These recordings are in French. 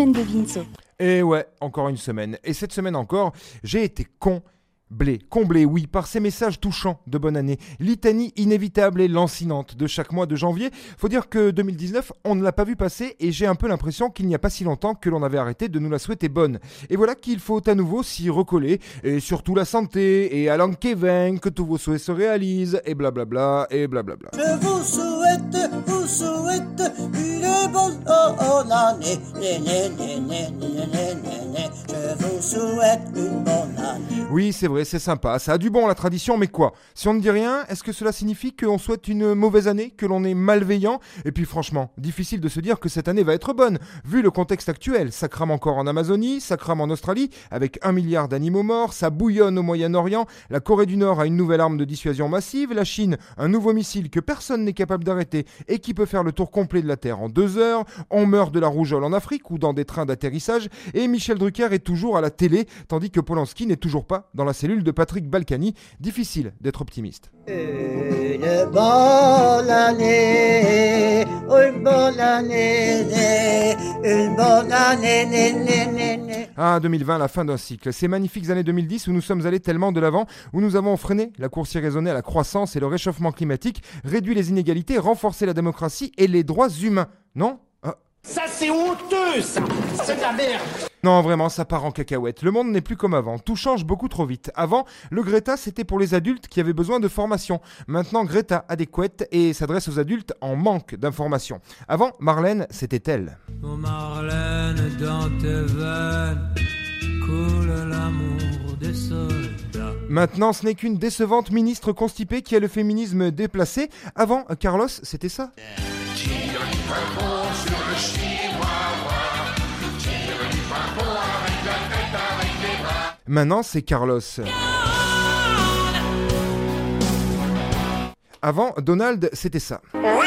semaine de Vinceau. Et ouais, encore une semaine. Et cette semaine encore, j'ai été comblé, oui, par ces messages touchants de bonne année. Litanie inévitable et lancinante de chaque mois de janvier. Faut dire que 2019, on ne l'a pas vu passer et j'ai un peu l'impression qu'il n'y a pas si longtemps que l'on avait arrêté de nous la souhaiter bonne. Et voilà qu'il faut à nouveau s'y recoller. Et surtout la santé, et Alan Kevin, que tous vos souhaits se réalisent, et blablabla, et blablabla. Je vous souhaite une bonne année. Je vous souhaite une bonne année. Oui, c'est vrai, c'est sympa, ça a du bon la tradition, mais quoi ? Si on ne dit rien, est-ce que cela signifie qu'on souhaite une mauvaise année, que l'on est malveillant ? Et puis franchement, difficile de se dire que cette année va être bonne, vu le contexte actuel. Ça crame encore en Amazonie, ça crame en Australie, avec 1 milliard d'animaux morts, ça bouillonne au Moyen-Orient, la Corée du Nord a une nouvelle arme de dissuasion massive, la Chine, un nouveau missile que personne n'est capable d'arrêter et qui peut faire le tour complet de la Terre en 2 heures, on meurt de la rougeole en Afrique ou dans des trains d'atterrissage, et Michel Drucker est toujours à la télé, tandis que Polanski n'est toujours pas dans la cellule de Patrick Balkany. Difficile d'être optimiste. Une bonne année, une bonne année, une bonne année. Ah, 2020, la fin d'un cycle. Ces magnifiques années 2010 où nous sommes allés tellement de l'avant, où nous avons freiné la course irraisonnée à la croissance et le réchauffement climatique, réduit les inégalités, renforcé la démocratie et les droits humains. Non ? Ça c'est honteux, ça. C'est de la merde. Non, vraiment, ça part en cacahuète. Le monde n'est plus comme avant. Tout change beaucoup trop vite. Avant, le Greta, c'était pour les adultes qui avaient besoin de formation. Maintenant, Greta a des couettes et s'adresse aux adultes en manque d'information. Avant, Marlène, c'était elle. Oh Marlène, dans tes veines coule l'amour des soldats. Maintenant, ce n'est qu'une décevante ministre constipée qui a le féminisme déplacé. Avant, Carlos, c'était ça. Maintenant, c'est Carlos. Avant, Donald, c'était ça.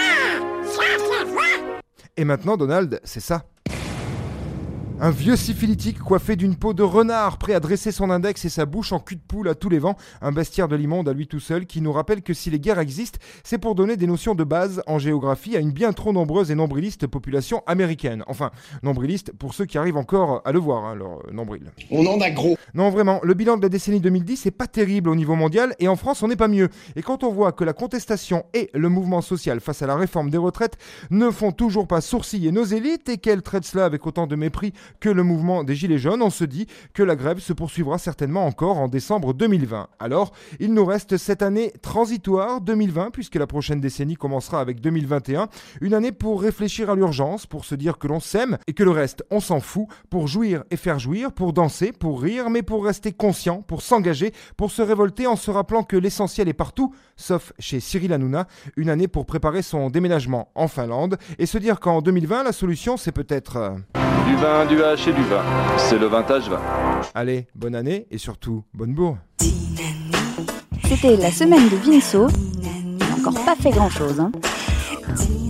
Et maintenant, Donald, c'est ça. Un vieux syphilitique coiffé d'une peau de renard, prêt à dresser son index et sa bouche en cul de poule à tous les vents. Un bestiaire de l'immonde à lui tout seul qui nous rappelle que si les guerres existent, c'est pour donner des notions de base en géographie à une bien trop nombreuse et nombriliste population américaine. Enfin, nombriliste pour ceux qui arrivent encore à le voir, leur nombril. On en a gros. Non, vraiment, le bilan de la décennie 2010 est pas terrible au niveau mondial et en France, on n'est pas mieux. Et quand on voit que la contestation et le mouvement social face à la réforme des retraites ne font toujours pas sourciller nos élites et qu'elles traitent cela avec autant de mépris que le mouvement des Gilets jaunes, on se dit que la grève se poursuivra certainement encore en décembre 2020. Alors, il nous reste cette année transitoire 2020, puisque la prochaine décennie commencera avec 2021, une année pour réfléchir à l'urgence, pour se dire que l'on s'aime et que le reste, on s'en fout, pour jouir et faire jouir, pour danser, pour rire, mais pour rester conscient, pour s'engager, pour se révolter en se rappelant que l'essentiel est partout, sauf chez Cyril Hanouna, une année pour préparer son déménagement en Finlande et se dire qu'en 2020, la solution, c'est peut-être... Du vin, du hache et du vin. C'est le vintage vin. Allez, bonne année et surtout, bonne bourre. C'était la semaine de Vinceau. Il n'a encore pas fait grand-chose, hein.